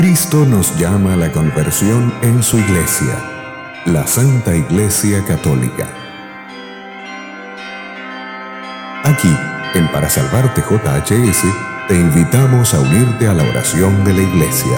Cristo nos llama a la conversión en su Iglesia, la Santa Iglesia Católica. Aquí, en Para Salvarte JHS, te invitamos a unirte a la oración de la Iglesia.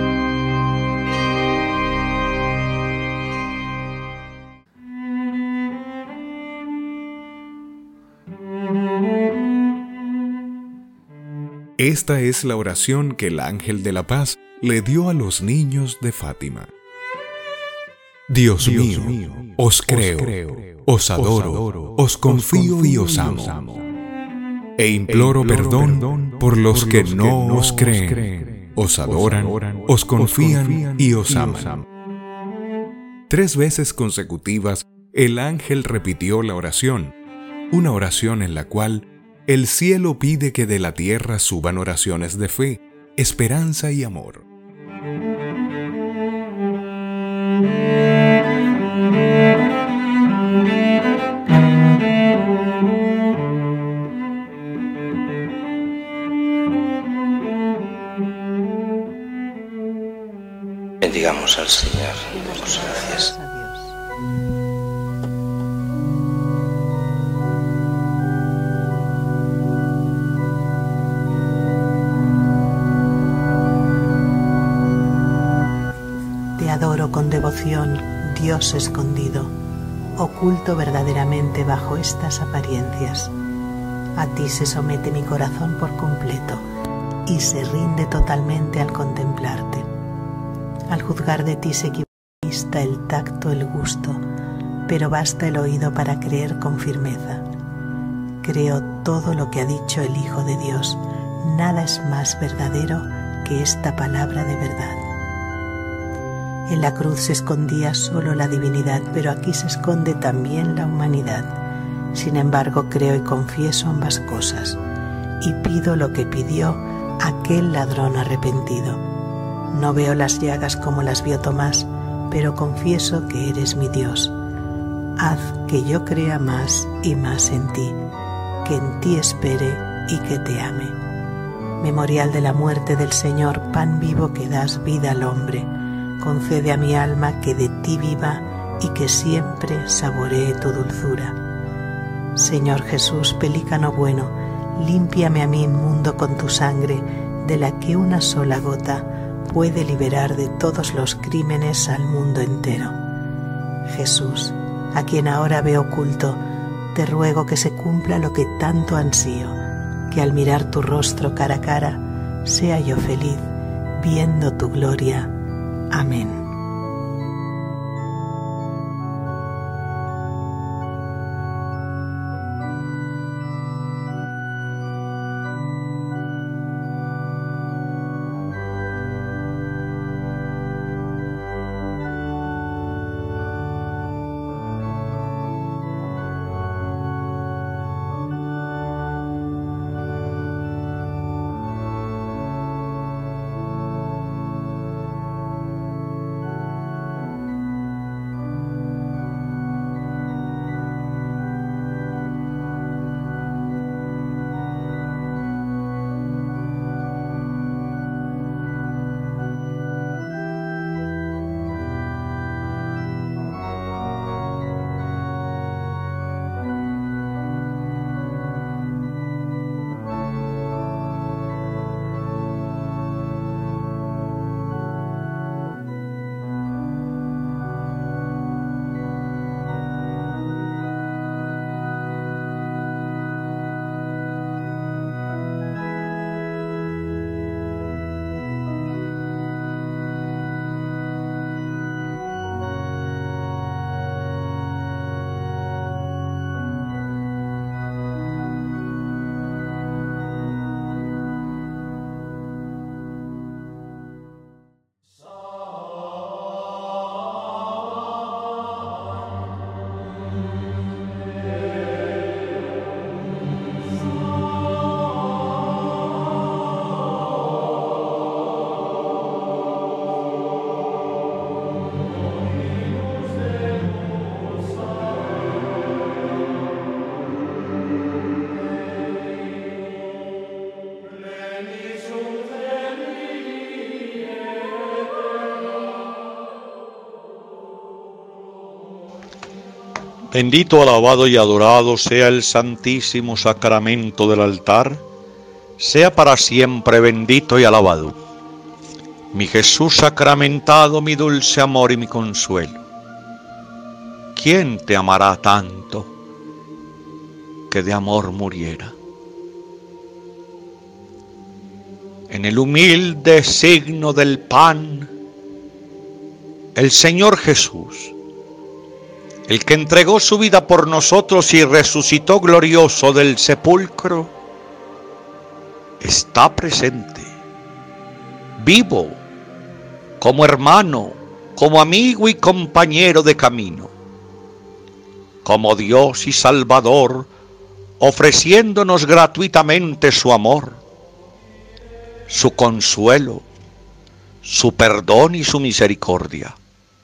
Esta es la oración que el ángel de la paz le dio a los niños de Fátima. Dios mío, os creo, os adoro, os confío y os amo. E imploro perdón por los que no os creen, os adoran, os confían y os aman. 3 veces consecutivas, el ángel repitió la oración, una oración en la cual el cielo pide que de la tierra suban oraciones de fe, esperanza y amor. Bendigamos al Señor, demos gracias. Te adoro con devoción, Dios escondido, oculto verdaderamente bajo estas apariencias. A ti se somete mi corazón por completo y se rinde totalmente al contemplarte. Al juzgar de ti se equivoca el tacto, el gusto, pero basta el oído para creer con firmeza. Creo todo lo que ha dicho el Hijo de Dios. Nada es más verdadero que esta palabra de verdad. En la cruz se escondía solo la divinidad, pero aquí se esconde también la humanidad. Sin embargo, creo y confieso ambas cosas, y pido lo que pidió aquel ladrón arrepentido. No veo las llagas como las vio Tomás, pero confieso que eres mi Dios. Haz que yo crea más y más en ti, que en ti espere y que te ame. Memorial de la muerte del Señor, pan vivo que das vida al hombre, concede a mi alma que de ti viva y que siempre saboree tu dulzura. Señor Jesús, pelícano bueno, límpiame a mí inmundo con tu sangre, de la que una sola gota puede liberar de todos los crímenes al mundo entero. Jesús, a quien ahora veo oculto, te ruego que se cumpla lo que tanto ansío, que al mirar tu rostro cara a cara, sea yo feliz, viendo tu gloria. Amén. Bendito, alabado y adorado sea el santísimo sacramento del altar, sea para siempre bendito y alabado. Mi Jesús sacramentado, mi dulce amor y mi consuelo. ¿Quién te amará tanto que de amor muriera? En el humilde signo del pan, el Señor Jesús, el que entregó su vida por nosotros y resucitó glorioso del sepulcro, está presente, vivo, como hermano, como amigo y compañero de camino, como Dios y Salvador, ofreciéndonos gratuitamente su amor, su consuelo, su perdón y su misericordia.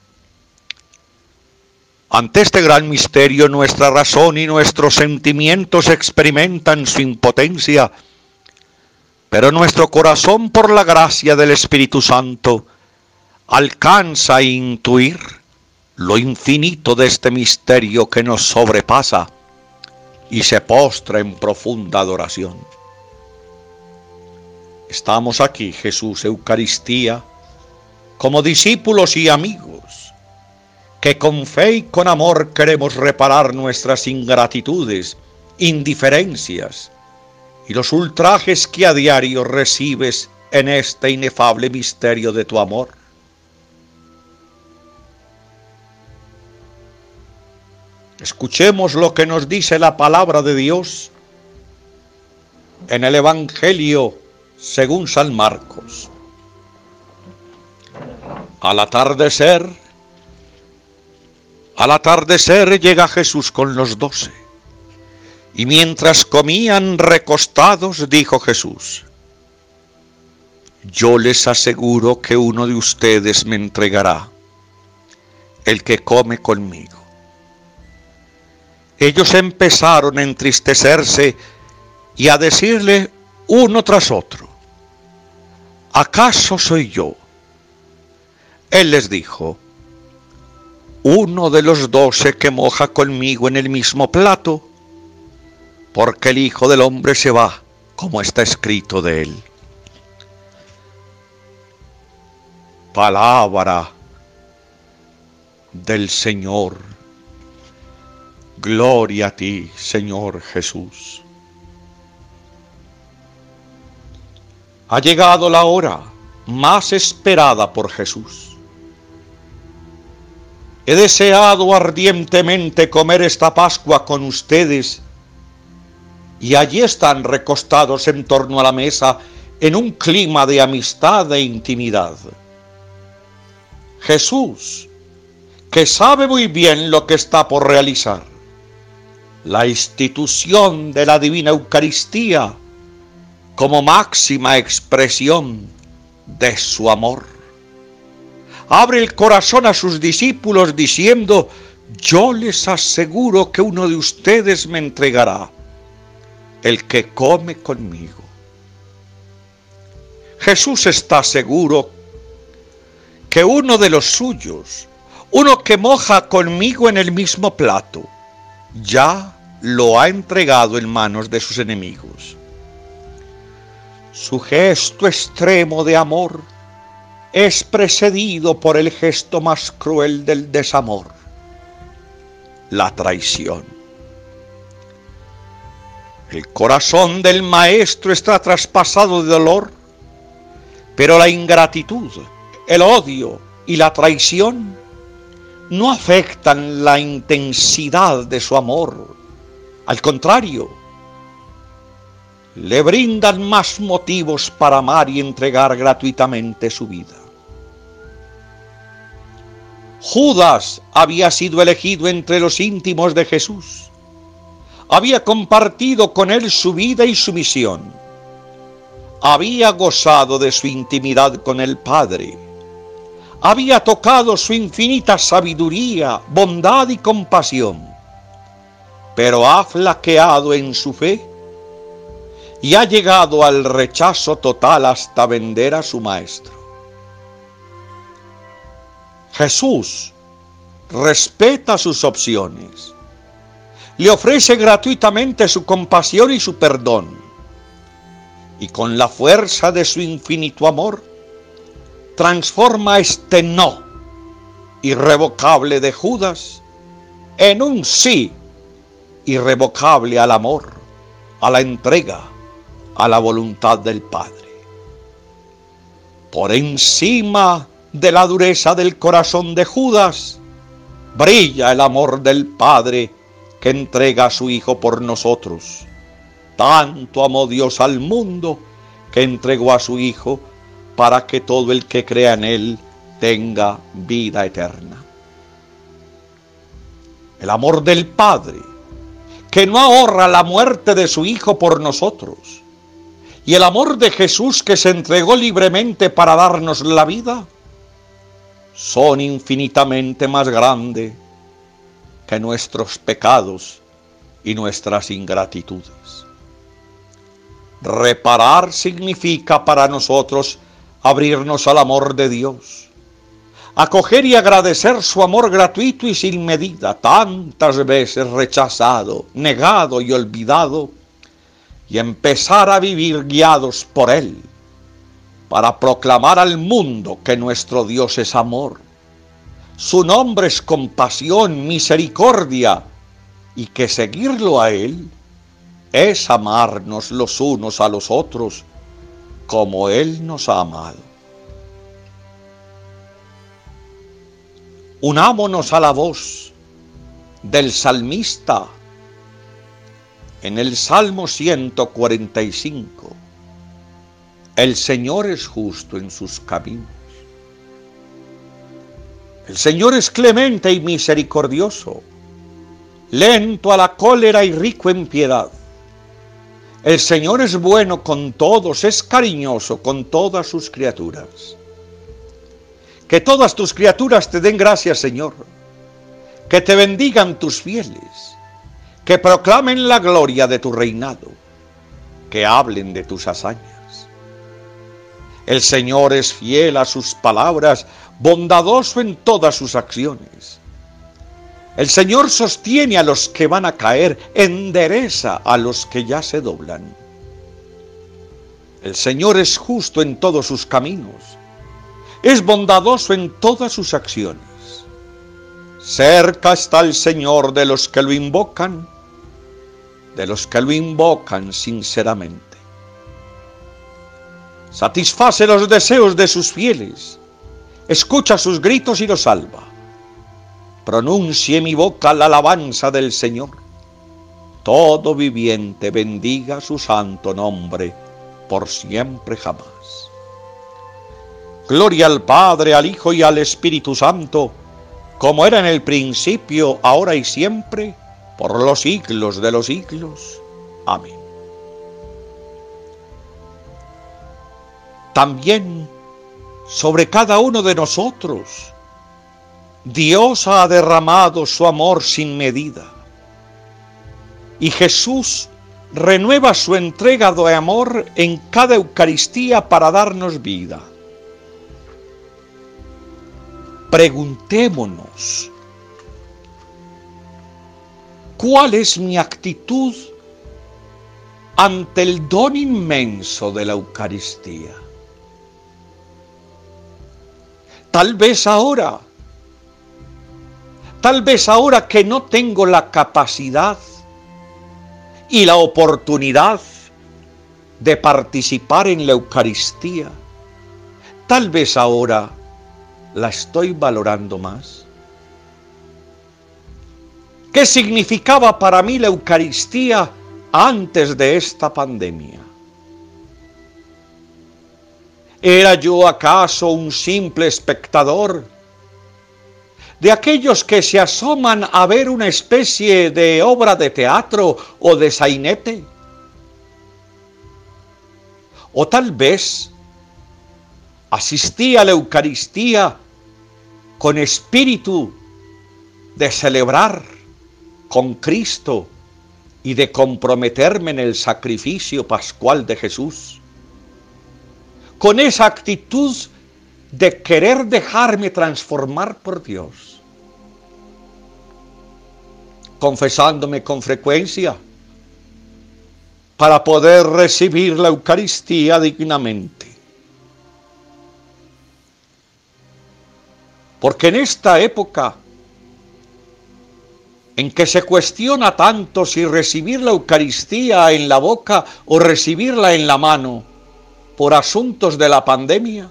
Ante este gran misterio, nuestra razón y nuestros sentimientos experimentan su impotencia, pero nuestro corazón, por la gracia del Espíritu Santo, alcanza a intuir lo infinito de este misterio que nos sobrepasa y se postra en profunda adoración. Estamos aquí, Jesús, Eucaristía, como discípulos y amigos, que con fe y con amor queremos reparar nuestras ingratitudes, indiferencias y los ultrajes que a diario recibes en este inefable misterio de tu amor. Escuchemos lo que nos dice la palabra de Dios en el Evangelio según San Marcos. Al atardecer llega Jesús con los 12, y mientras comían recostados, dijo Jesús: yo les aseguro que uno de ustedes me entregará, el que come conmigo. Ellos empezaron a entristecerse y a decirle uno tras otro: ¿acaso soy yo? Él les dijo: uno de los 12 que moja conmigo en el mismo plato, porque el Hijo del Hombre se va, como está escrito de él. Palabra del Señor. Gloria a ti, Señor Jesús. Ha llegado la hora más esperada por Jesús. He deseado ardientemente comer esta Pascua con ustedes, y allí están recostados en torno a la mesa en un clima de amistad e intimidad. Jesús, que sabe muy bien lo que está por realizar, la institución de la Divina Eucaristía como máxima expresión de su amor. Abre el corazón a sus discípulos diciendo: yo les aseguro que uno de ustedes me entregará, el que come conmigo. Jesús está seguro que uno de los suyos, uno que moja conmigo en el mismo plato, ya lo ha entregado en manos de sus enemigos. Su gesto extremo de amor es precedido por el gesto más cruel del desamor, la traición. El corazón del Maestro está traspasado de dolor, pero la ingratitud, el odio y la traición no afectan la intensidad de su amor. Al contrario, le brindan más motivos para amar y entregar gratuitamente su vida. Judas había sido elegido entre los íntimos de Jesús. Había compartido con él su vida y su misión. Había gozado de su intimidad con el Padre. Había tocado su infinita sabiduría, bondad y compasión. Pero ha flaqueado en su fe y ha llegado al rechazo total hasta vender a su Maestro. Jesús respeta sus opciones, le ofrece gratuitamente su compasión y su perdón, y con la fuerza de su infinito amor, transforma este no irrevocable de Judas en un sí irrevocable al amor, a la entrega, a la voluntad del Padre. Por encima de la dureza del corazón de Judas, brilla el amor del Padre que entrega a su Hijo por nosotros. Tanto amó Dios al mundo que entregó a su Hijo para que todo el que crea en Él tenga vida eterna. El amor del Padre, que no ahorra la muerte de su Hijo por nosotros, y el amor de Jesús que se entregó libremente para darnos la vida, son infinitamente más grandes que nuestros pecados y nuestras ingratitudes. Reparar significa para nosotros abrirnos al amor de Dios, acoger y agradecer su amor gratuito y sin medida, tantas veces rechazado, negado y olvidado, y empezar a vivir guiados por Él, para proclamar al mundo que nuestro Dios es amor, su nombre es compasión, misericordia, y que seguirlo a Él es amarnos los unos a los otros como Él nos ha amado. Unámonos a la voz del salmista en el Salmo 145. El Señor es justo en sus caminos. El Señor es clemente y misericordioso, lento a la cólera y rico en piedad. El Señor es bueno con todos, es cariñoso con todas sus criaturas. Que todas tus criaturas te den gracias, Señor. Que te bendigan tus fieles. Que proclamen la gloria de tu reinado. Que hablen de tus hazañas. El Señor es fiel a sus palabras, bondadoso en todas sus acciones. El Señor sostiene a los que van a caer, endereza a los que ya se doblan. El Señor es justo en todos sus caminos, es bondadoso en todas sus acciones. Cerca está el Señor de los que lo invocan sinceramente. Satisface los deseos de sus fieles, escucha sus gritos y los salva. Pronuncie mi boca la alabanza del Señor. Todo viviente bendiga su santo nombre por siempre jamás. Gloria al Padre, al Hijo y al Espíritu Santo, como era en el principio, ahora y siempre, por los siglos de los siglos. Amén. También sobre cada uno de nosotros, Dios ha derramado su amor sin medida. Y Jesús renueva su entrega de amor en cada Eucaristía para darnos vida. Preguntémonos, ¿cuál es mi actitud ante el don inmenso de la Eucaristía? Tal vez ahora que no tengo la capacidad y la oportunidad de participar en la Eucaristía, tal vez ahora la estoy valorando más. ¿Qué significaba para mí la Eucaristía antes de esta pandemia? ¿Era yo acaso un simple espectador de aquellos que se asoman a ver una especie de obra de teatro o de sainete? O tal vez asistí a la Eucaristía con espíritu de celebrar con Cristo y de comprometerme en el sacrificio pascual de Jesús, con esa actitud de querer dejarme transformar por Dios. confesándome con frecuencia para poder recibir la Eucaristía dignamente. Porque en esta época en que se cuestiona tanto si recibir la Eucaristía en la boca o recibirla en la mano por asuntos de la pandemia,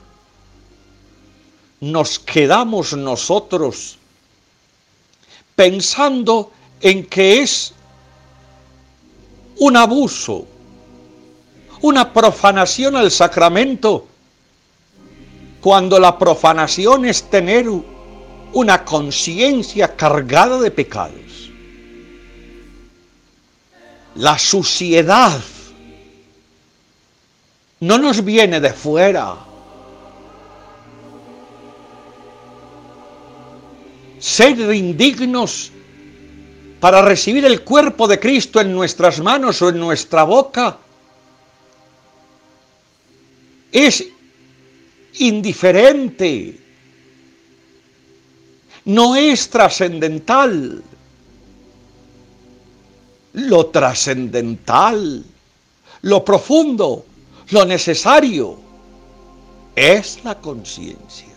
nos quedamos nosotros pensando en que es un abuso, una profanación al sacramento, cuando la profanación es tener una conciencia cargada de pecados. La suciedad no nos viene de fuera. Ser indignos para recibir el cuerpo de Cristo en nuestras manos o en nuestra boca es indiferente, no es trascendental. Lo trascendental, lo profundo, lo necesario es la conciencia.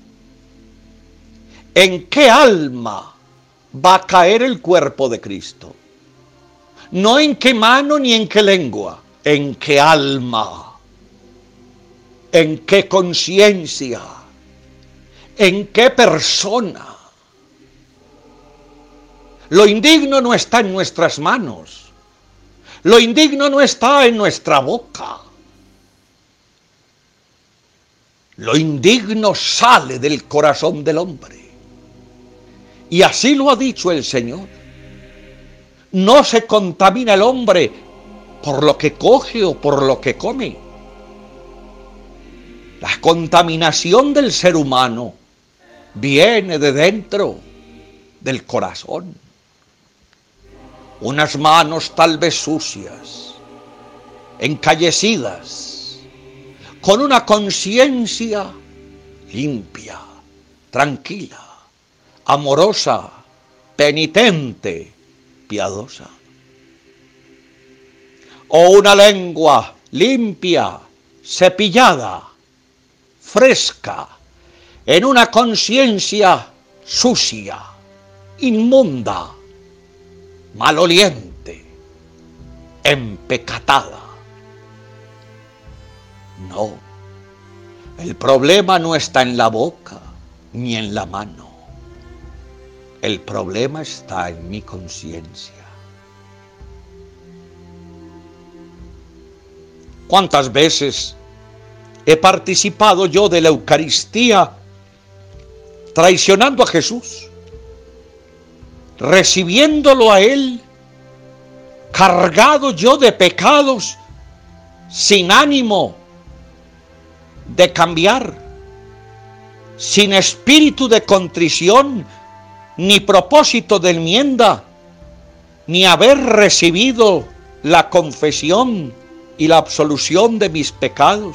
¿En qué alma va a caer el cuerpo de Cristo? No en qué mano ni en qué lengua, en qué alma, en qué conciencia, en qué persona. Lo indigno no está en nuestras manos, lo indigno no está en nuestra boca. Lo indigno sale del corazón del hombre. Y así lo ha dicho el Señor. No se contamina el hombre por lo que coge o por lo que come. La contaminación del ser humano viene de dentro del corazón. Unas manos tal vez sucias, encallecidas, con una conciencia limpia, tranquila, amorosa, penitente, piadosa. O una lengua limpia, cepillada, fresca, en una conciencia sucia, inmunda, maloliente, empecatada. No, el problema no está en la boca ni en la mano. El problema está en mi conciencia. ¿Cuántas veces he participado yo de la Eucaristía traicionando a Jesús? Recibiéndolo a Él, cargado yo de pecados, sin ánimo de cambiar, sin espíritu de contrición, ni propósito de enmienda, ni haber recibido la confesión y la absolución de mis pecados.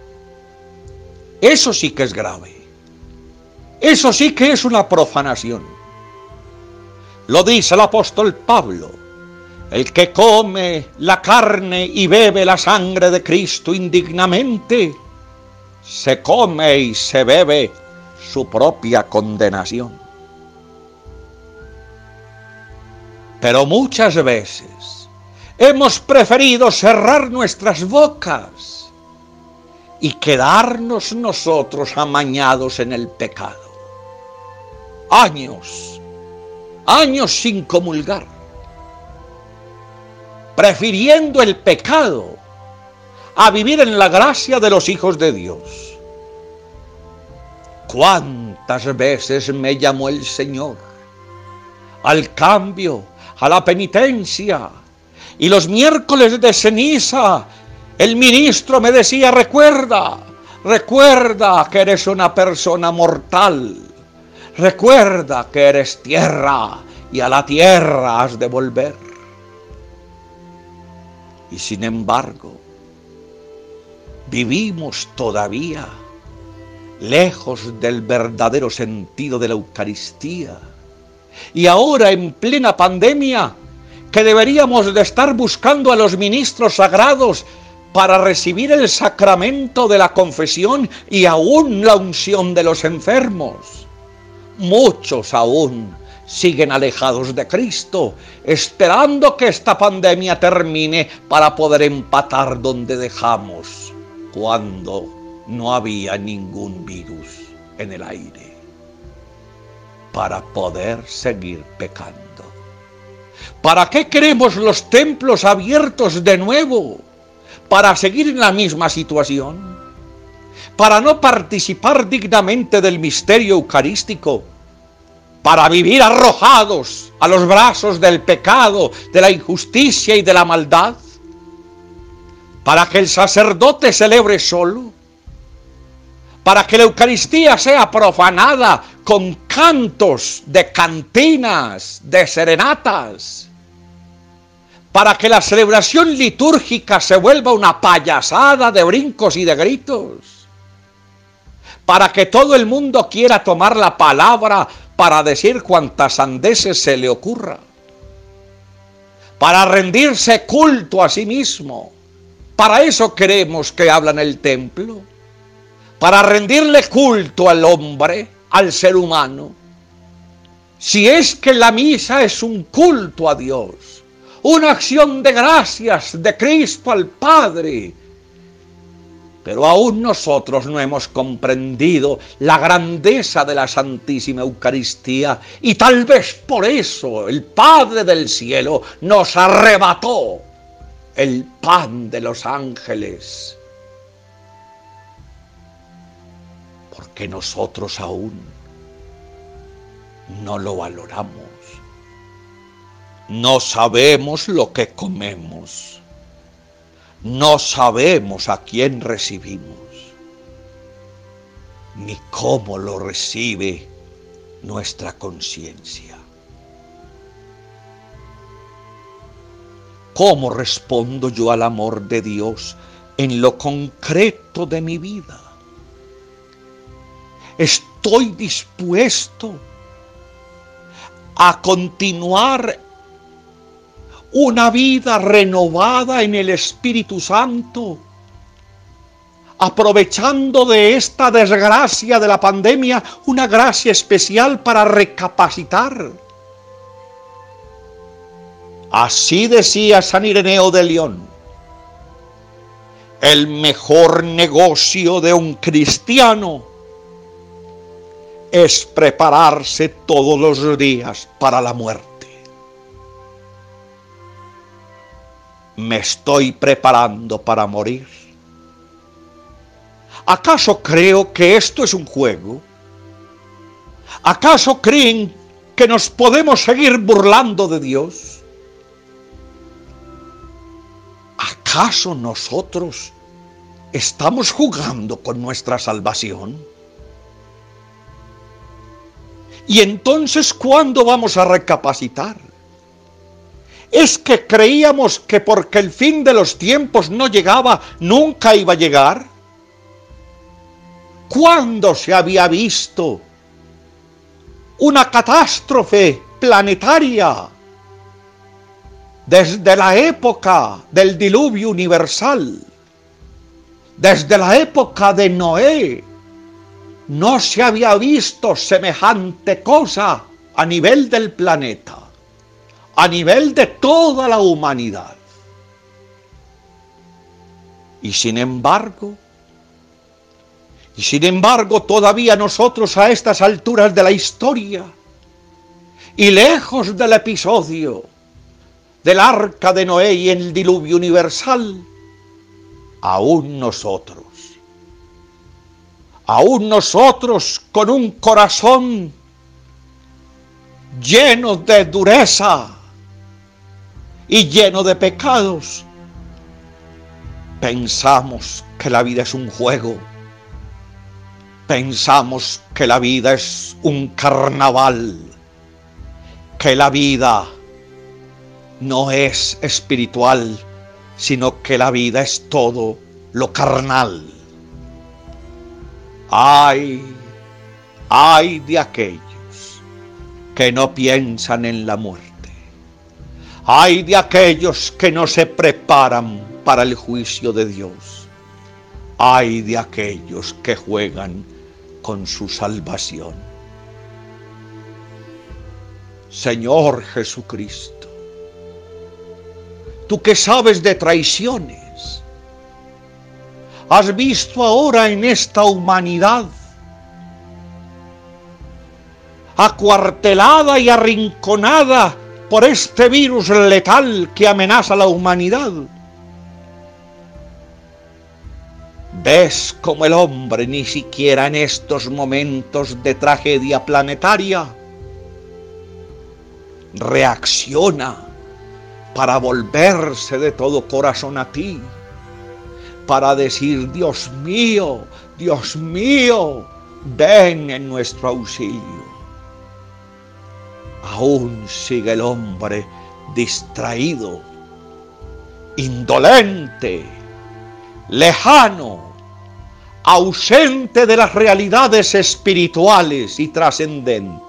Eso sí que es grave. Eso sí que es una profanación. Lo dice el apóstol Pablo: el que come la carne y bebe la sangre de Cristo indignamente, se come y se bebe su propia condenación. Pero muchas veces hemos preferido cerrar nuestras bocas y quedarnos nosotros amañados en el pecado. Años sin comulgar, prefiriendo el pecado a vivir en la gracia de los hijos de Dios. ¿Cuántas veces me llamó el Señor al cambio, a la penitencia? Y los miércoles de ceniza el ministro me decía: recuerda que eres una persona mortal. Recuerda que eres tierra y a la tierra has de volver. Y sin embargo, vivimos todavía lejos del verdadero sentido de la Eucaristía, Y ahora, en plena pandemia, que deberíamos de estar buscando a los ministros sagrados para recibir el sacramento de la confesión y aún la unción de los enfermos. Muchos aún siguen alejados de Cristo, esperando que esta pandemia termine para poder empatar donde dejamos, cuando no había ningún virus en el aire, para poder seguir pecando. ¿Para qué queremos los templos abiertos de nuevo? ¿Para seguir en la misma situación? ¿Para no participar dignamente del misterio eucarístico? ¿Para vivir arrojados a los brazos del pecado, de la injusticia y de la maldad? ¿Para que el sacerdote celebre solo? ¿Para que la Eucaristía sea profanada con cantos de cantinas, de serenatas? ¿Para que la celebración litúrgica se vuelva una payasada de brincos y de gritos? ¿Para que todo el mundo quiera tomar la palabra para decir cuantas sandeces se le ocurra? ¿Para rendirse culto a sí mismo? ¿Para eso queremos que habla en el templo? ¿Para rendirle culto al hombre, al ser humano? Si es que la misa es un culto a Dios, una acción de gracias de Cristo al Padre, pero aún nosotros no hemos comprendido la grandeza de la Santísima Eucaristía, y tal vez por eso el Padre del cielo nos arrebató el pan de los ángeles, porque nosotros aún no lo valoramos. No sabemos lo que comemos. No sabemos a quién recibimos, ni cómo lo recibe nuestra conciencia. ¿Cómo respondo yo al amor de Dios en lo concreto de mi vida? ¿Estoy dispuesto a continuar una vida renovada en el Espíritu Santo, aprovechando de esta desgracia de la pandemia una gracia especial para recapacitar? Así decía San Ireneo de León: el mejor negocio de un cristiano es prepararse todos los días para la muerte. ¿Me estoy preparando para morir? ¿Acaso creo que esto es un juego? ¿Acaso creen que nos podemos seguir burlando de Dios? ¿Acaso nosotros estamos jugando con nuestra salvación? ¿Y entonces cuándo vamos a recapacitar? ¿Es que creíamos que porque el fin de los tiempos no llegaba, nunca iba a llegar? ¿Cuándo se había visto una catástrofe planetaria? Desde la época del diluvio universal, desde la época de Noé, no se había visto semejante cosa a nivel del planeta, a nivel de toda la humanidad. Y sin embargo, todavía nosotros a estas alturas de la historia, y lejos del episodio del arca de Noé y el diluvio universal, aún nosotros con un corazón lleno de dureza y lleno de pecados, pensamos que la vida es un juego, pensamos que la vida es un carnaval, que la vida no es espiritual, sino que la vida es todo lo carnal. Ay de aquellos que no piensan en la muerte. Ay de aquellos que no se preparan para el juicio de Dios. Ay de aquellos que juegan con su salvación. Señor Jesucristo, tú que sabes de traiciones, has visto ahora en esta humanidad acuartelada y arrinconada por este virus letal que amenaza a la humanidad. ¿Ves cómo el hombre ni siquiera en estos momentos de tragedia planetaria reacciona para volverse de todo corazón a ti, para decir: Dios mío, ven en nuestro auxilio? Aún sigue el hombre distraído, indolente, lejano, ausente de las realidades espirituales y trascendentes.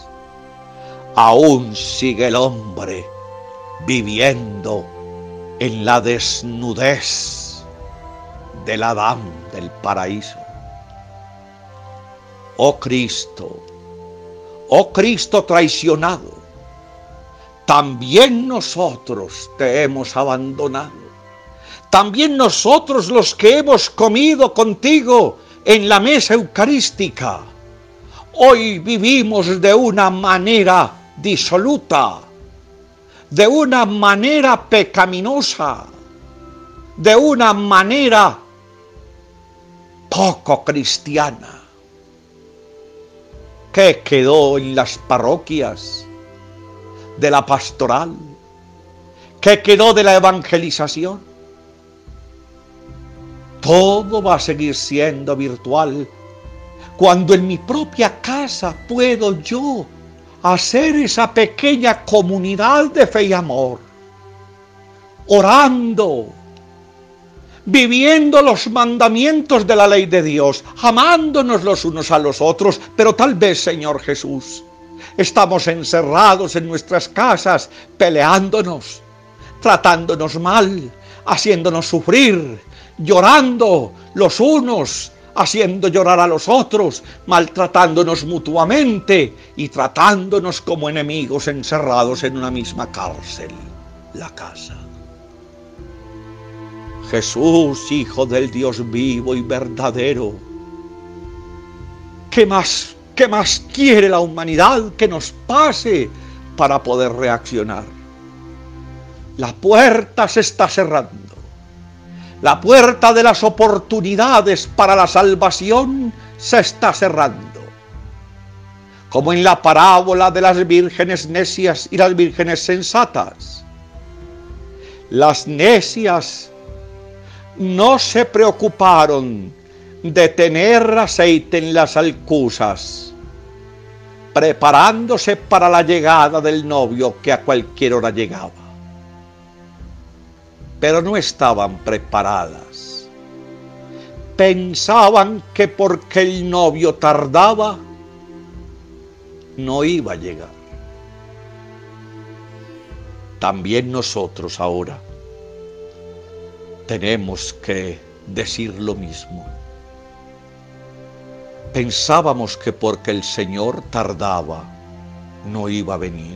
Aún sigue el hombre viviendo en la desnudez del Adán del paraíso. Oh Cristo traicionado, también nosotros te hemos abandonado. También nosotros, los que hemos comido contigo en la mesa eucarística, hoy vivimos de una manera disoluta, de una manera pecaminosa, de una manera poco cristiana. ¿Qué quedó en las parroquias de la pastoral? ¿Qué quedó de la evangelización? Todo va a seguir siendo virtual, cuando en mi propia casa puedo yo hacer esa pequeña comunidad de fe y amor, orando, viviendo los mandamientos de la ley de Dios, amándonos los unos a los otros. Pero tal vez, Señor Jesús, estamos encerrados en nuestras casas, peleándonos, tratándonos mal, haciéndonos sufrir, llorando los unos, haciendo llorar a los otros, maltratándonos mutuamente y tratándonos como enemigos encerrados en una misma cárcel, la casa. Jesús, Hijo del Dios vivo y verdadero, ¿qué más quiere la humanidad que nos pase para poder reaccionar? La puerta se está cerrando. La puerta de las oportunidades para la salvación se está cerrando. Como en la parábola de las vírgenes necias y las vírgenes sensatas. Las necias no se preocuparon de tener aceite en las alcusas, preparándose para la llegada del novio que a cualquier hora llegaba. Pero no estaban preparadas. Pensaban que porque el novio tardaba, no iba a llegar. También nosotros ahora tenemos que decir lo mismo. Pensábamos que porque el Señor tardaba, no iba a venir.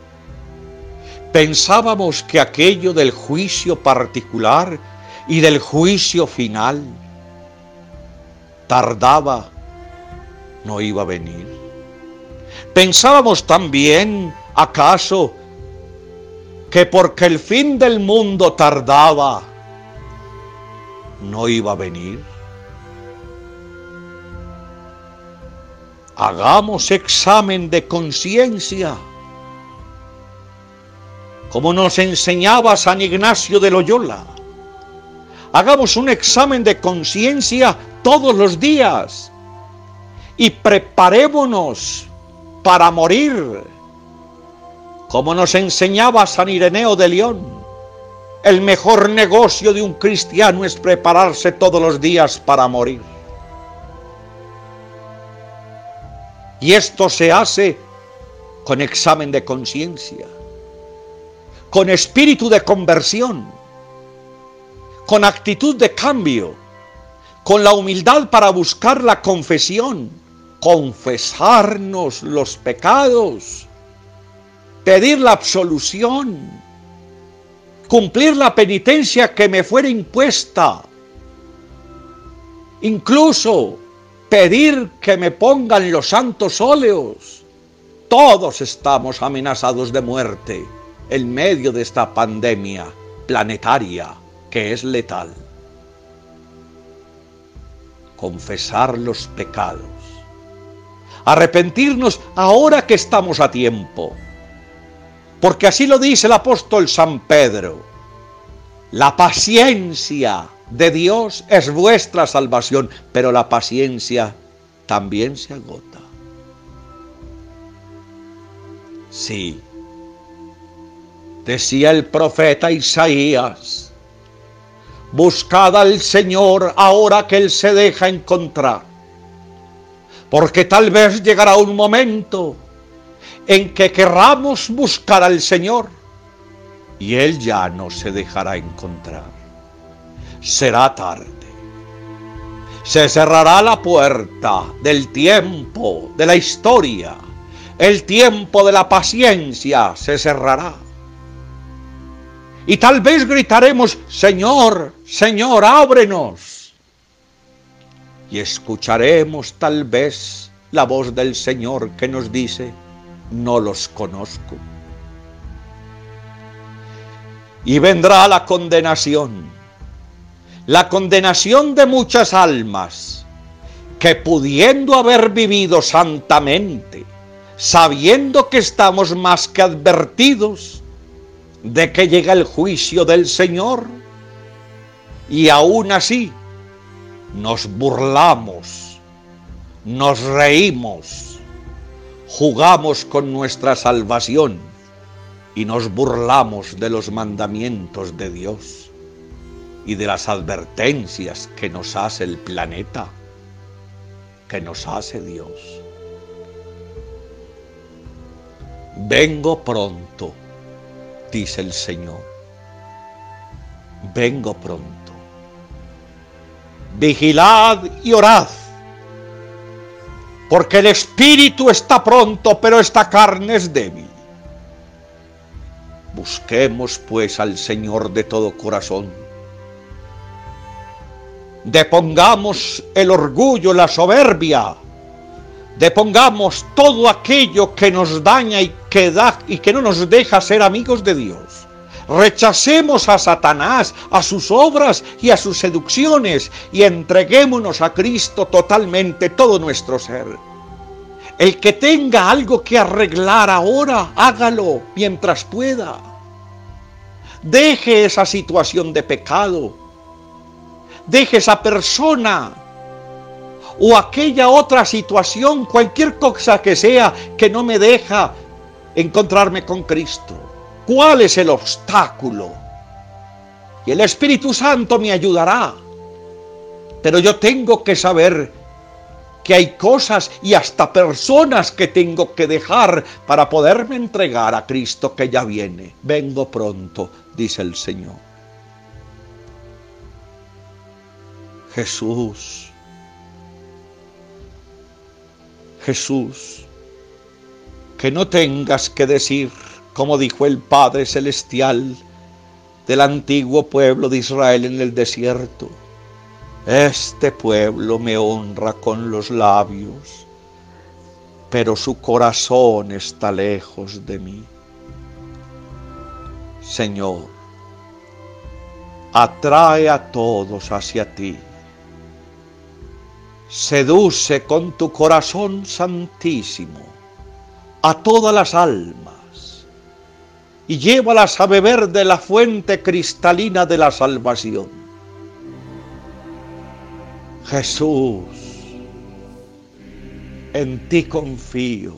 Pensábamos que aquello del juicio particular y del juicio final tardaba, no iba a venir. Pensábamos también, ¿acaso, que porque el fin del mundo tardaba, no iba a venir? Hagamos examen de conciencia, como nos enseñaba San Ignacio de Loyola. Hagamos un examen de conciencia todos los días y preparémonos para morir, como nos enseñaba San Ireneo de León. El mejor negocio de un cristiano es prepararse todos los días para morir. Y esto se hace con examen de conciencia, con espíritu de conversión, con actitud de cambio, con la humildad para buscar la confesión, confesarnos los pecados, pedir la absolución, cumplir la penitencia que me fuera impuesta, incluso pedir que me pongan los santos óleos. Todos estamos amenazados de muerte en medio de esta pandemia planetaria que es letal. Confesar los pecados, arrepentirnos ahora que estamos a tiempo, porque así lo dice el apóstol San Pedro: la paciencia de Dios es vuestra salvación, pero la paciencia también se agota. Sí, decía el profeta Isaías: buscad al Señor ahora que Él se deja encontrar, porque tal vez llegará un momento en que querramos buscar al Señor y Él ya no se dejará encontrar. Será tarde. Se cerrará la puerta del tiempo, de la historia. El tiempo de la paciencia se cerrará. Y tal vez gritaremos: Señor, Señor, ábrenos. Y escucharemos tal vez la voz del Señor que nos dice: no los conozco. Y vendrá la condenación de muchas almas que, pudiendo haber vivido santamente, sabiendo que estamos más que advertidos de que llega el juicio del Señor, y aún así nos burlamos, nos reímos, jugamos con nuestra salvación y nos burlamos de los mandamientos de Dios y de las advertencias que nos hace el planeta, que nos hace Dios. Vengo pronto, dice el Señor. Vengo pronto. Vigilad y orad, porque el espíritu está pronto, pero esta carne es débil. Busquemos pues al Señor de todo corazón. Depongamos el orgullo, la soberbia. Depongamos todo aquello que nos daña y que no nos deja ser amigos de Dios. Rechacemos a Satanás, a sus obras y a sus seducciones, y entreguémonos a Cristo totalmente, todo nuestro ser. El que tenga algo que arreglar ahora, hágalo mientras pueda. Deje esa situación de pecado. Deje esa persona o aquella otra situación, cualquier cosa que sea, que no me deja encontrarme con Cristo. ¿Cuál es el obstáculo? Y el Espíritu Santo me ayudará. Pero yo tengo que saber que hay cosas y hasta personas que tengo que dejar para poderme entregar a Cristo que ya viene. Vengo pronto, dice el Señor. Jesús, que no tengas que decir, como dijo el Padre Celestial del antiguo pueblo de Israel en el desierto: este pueblo me honra con los labios, pero su corazón está lejos de mí. Señor, atrae a todos hacia ti. Seduce con tu corazón santísimo a todas las almas y llévalas a beber de la fuente cristalina de la salvación. Jesús, en ti confío,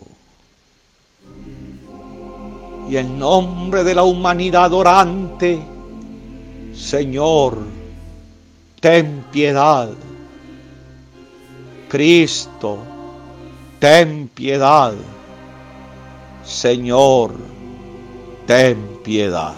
y en nombre de la humanidad orante, Señor, ten piedad. Cristo, ten piedad. Señor, ten piedad.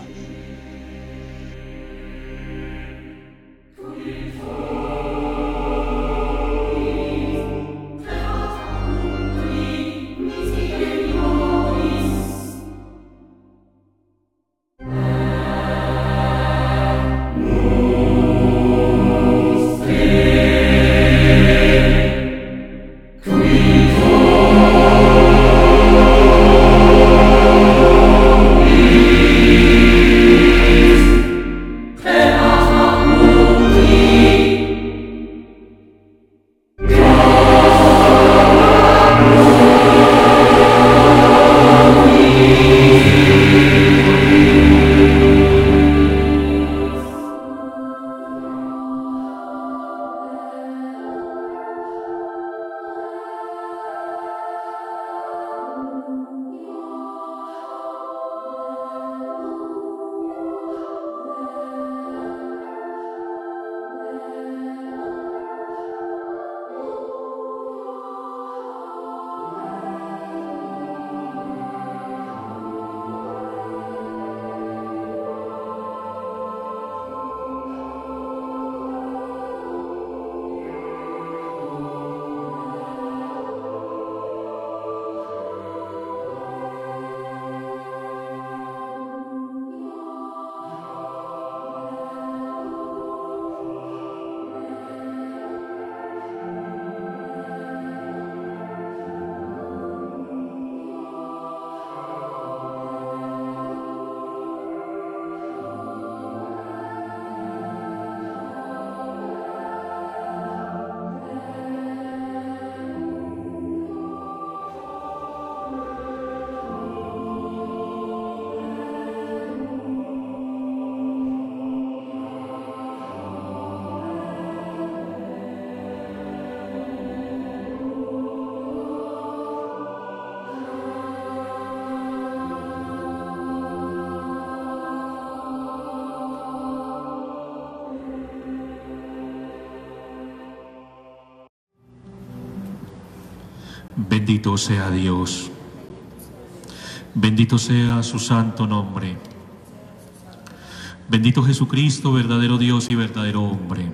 Bendito sea Dios, bendito sea su santo nombre. Bendito Jesucristo, verdadero Dios y verdadero hombre.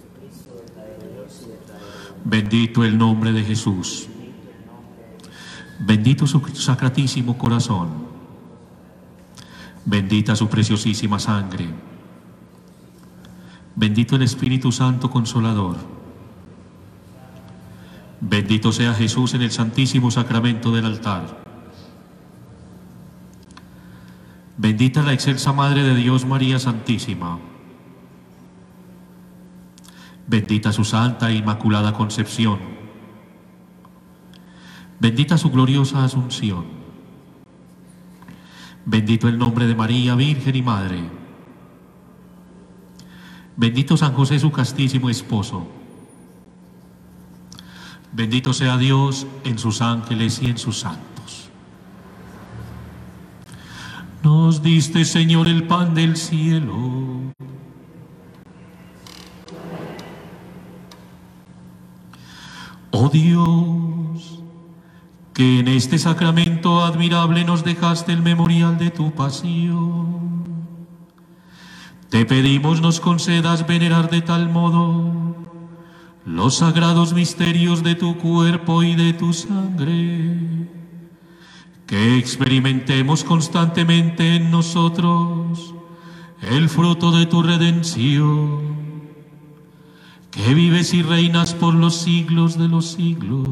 Bendito el nombre de Jesús. Bendito su sacratísimo corazón. Bendita su preciosísima sangre. Bendito el Espíritu Santo Consolador. Bendito sea Jesús en el santísimo sacramento del altar. Bendita la excelsa Madre de Dios, María Santísima. Bendita su santa e inmaculada concepción. Bendita su gloriosa asunción. Bendito el nombre de María, Virgen y Madre. Bendito San José, su castísimo esposo. Bendito sea Dios en sus ángeles y en sus santos. Nos diste, Señor, el pan del cielo. Oh Dios, que en este sacramento admirable nos dejaste el memorial de tu pasión, te pedimos nos concedas venerar de tal modo los sagrados misterios de tu cuerpo y de tu sangre, que experimentemos constantemente en nosotros el fruto de tu redención, que vives y reinas por los siglos de los siglos.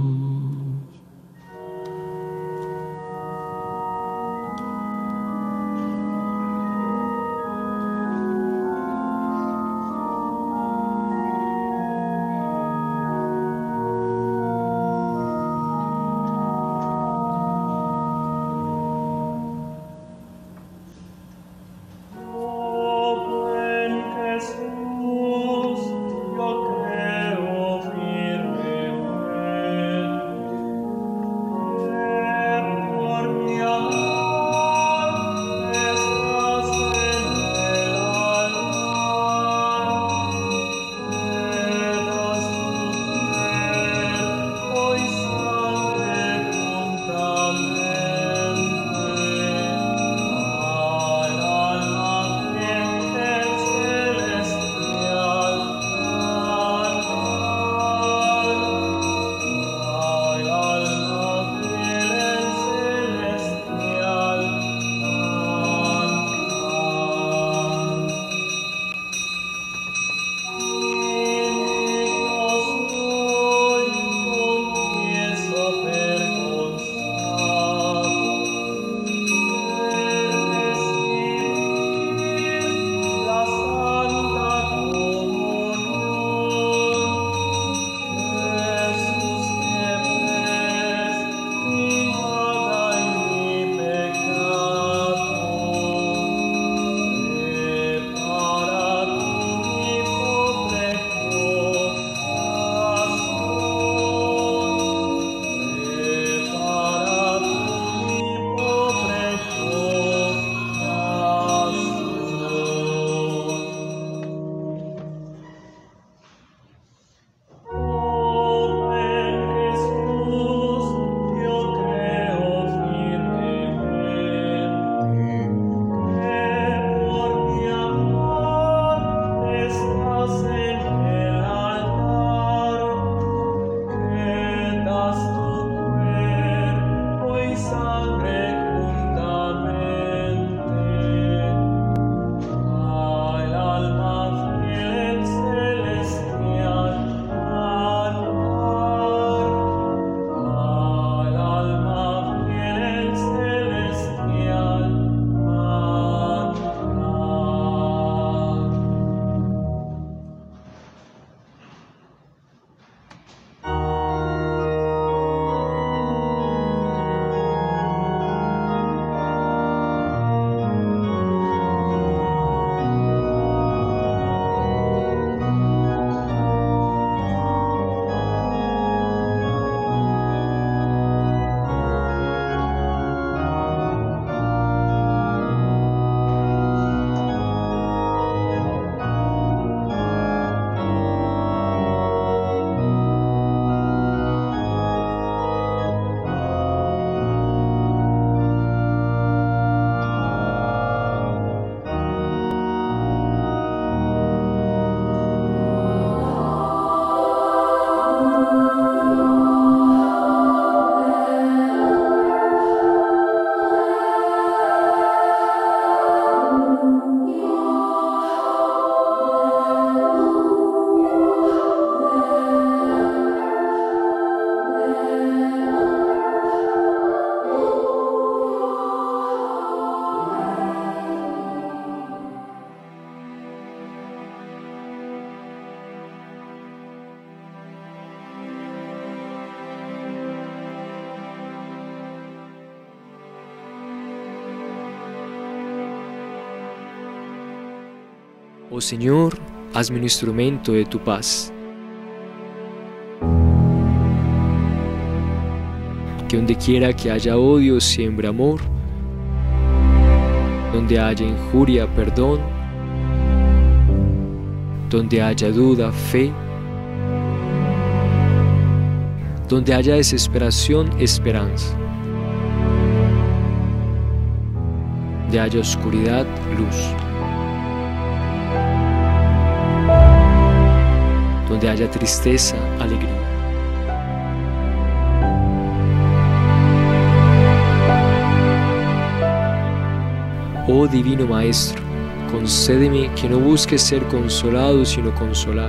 Oh Señor, hazme un instrumento de tu paz. Que donde quiera que haya odio, siembre amor. Donde haya injuria, perdón. Donde haya duda, fe. Donde haya desesperación, esperanza. Donde haya oscuridad, luz. Donde haya tristeza, alegría. Oh Divino Maestro, concédeme que no busque ser consolado, sino consolar.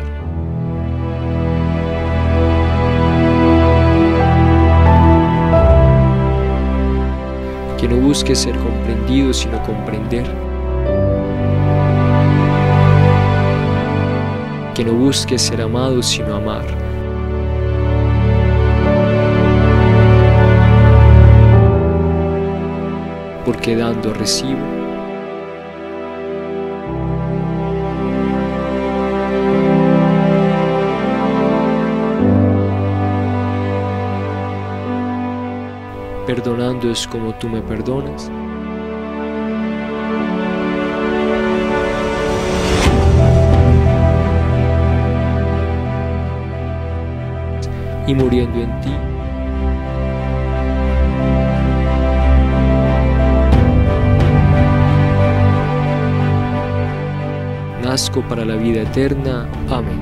Que no busque ser comprendido, sino comprender. Que no busque ser amado, sino amar. Porque dando recibo. Perdonando es como tú me perdonas. Y muriendo en ti, nazco para la vida eterna. Amén.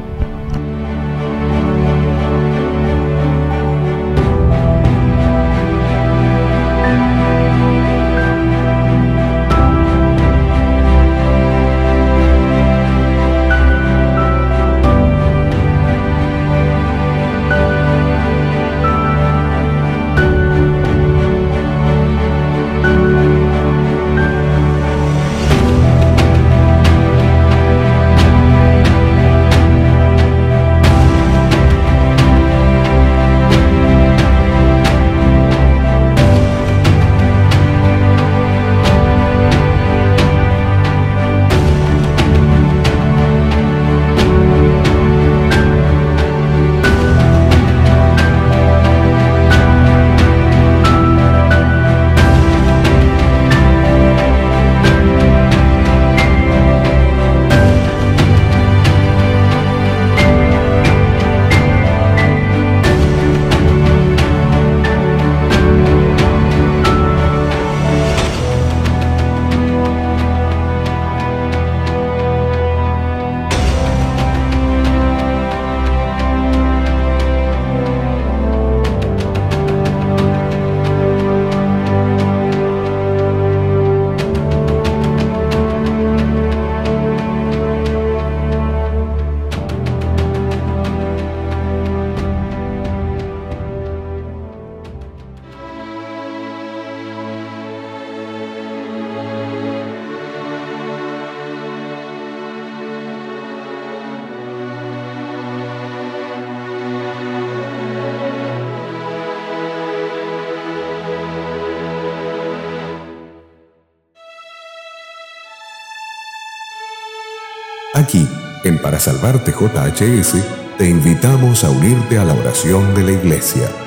Aquí, en Para Salvarte JHS, te invitamos a unirte a la oración de la Iglesia.